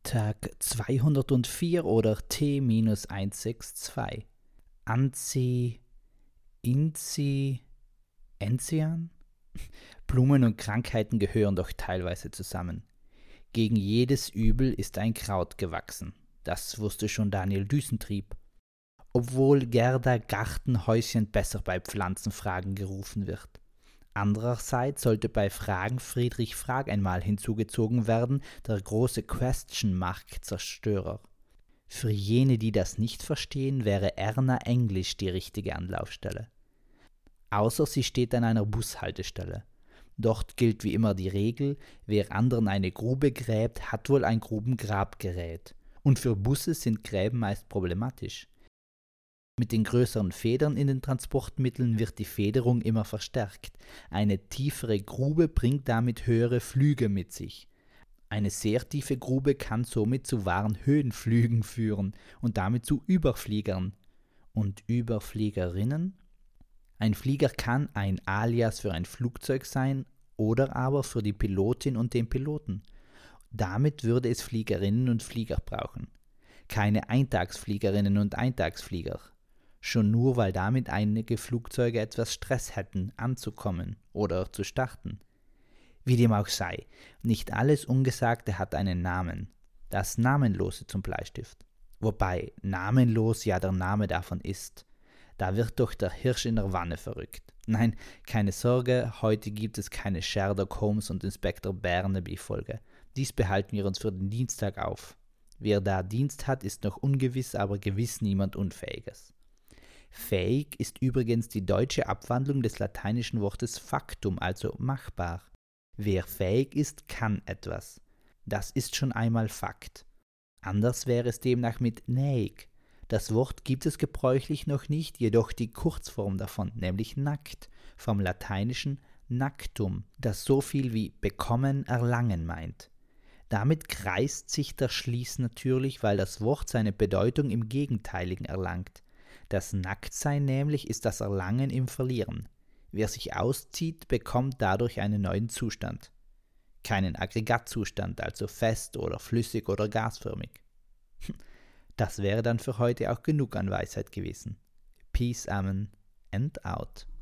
Tag 204 oder T-162. Enzian? Blumen und Krankheiten gehören doch teilweise zusammen. Gegen jedes Übel ist ein Kraut gewachsen. Das wusste schon Daniel Düsentrieb. Obwohl Gerda Gartenhäuschen besser bei Pflanzenfragen gerufen wird. Andererseits sollte bei Fragen Friedrich Frag einmal hinzugezogen werden, der große Question-Mark-Zerstörer. Für jene, die das nicht verstehen, wäre Erna Englisch die richtige Anlaufstelle. Außer sie steht an einer Bushaltestelle. Dort gilt wie immer die Regel, wer anderen eine Grube gräbt, hat wohl ein Grubengrabgerät. Und für Busse sind Gräben meist problematisch. Mit den größeren Federn in den Transportmitteln wird die Federung immer verstärkt. Eine tiefere Grube bringt damit höhere Flüge mit sich. Eine sehr tiefe Grube kann somit zu wahren Höhenflügen führen und damit zu Überfliegern. Und Überfliegerinnen? Ein Flieger kann ein Alias für ein Flugzeug sein oder aber für die Pilotin und den Piloten. Damit würde es Fliegerinnen und Flieger brauchen. Keine Eintagsfliegerinnen und Eintagsflieger. Schon nur, weil damit einige Flugzeuge etwas Stress hätten, anzukommen oder zu starten. Wie dem auch sei, nicht alles Ungesagte hat einen Namen. Das Namenlose zum Bleistift. Wobei namenlos ja der Name davon ist. Da wird doch der Hirsch in der Wanne verrückt. Nein, keine Sorge, heute gibt es keine Sherlock Holmes und Inspektor Barnaby-Folge. Dies behalten wir uns für den Dienstag auf. Wer da Dienst hat, ist noch ungewiss, aber gewiss niemand Unfähiges. Fähig ist übrigens die deutsche Abwandlung des lateinischen Wortes factum, also machbar. Wer fähig ist, kann etwas. Das ist schon einmal Fakt. Anders wäre es demnach mit nähig. Das Wort gibt es gebräuchlich noch nicht, jedoch die Kurzform davon, nämlich nackt, vom lateinischen nactum, das so viel wie bekommen, erlangen meint. Damit kreist sich der Schließ natürlich, weil das Wort seine Bedeutung im Gegenteiligen erlangt. Das Nacktsein nämlich ist das Erlangen im Verlieren. Wer sich auszieht, bekommt dadurch einen neuen Zustand. Keinen Aggregatzustand, also fest oder flüssig oder gasförmig. Das wäre dann für heute auch genug an Weisheit gewesen. Peace, Amen and out.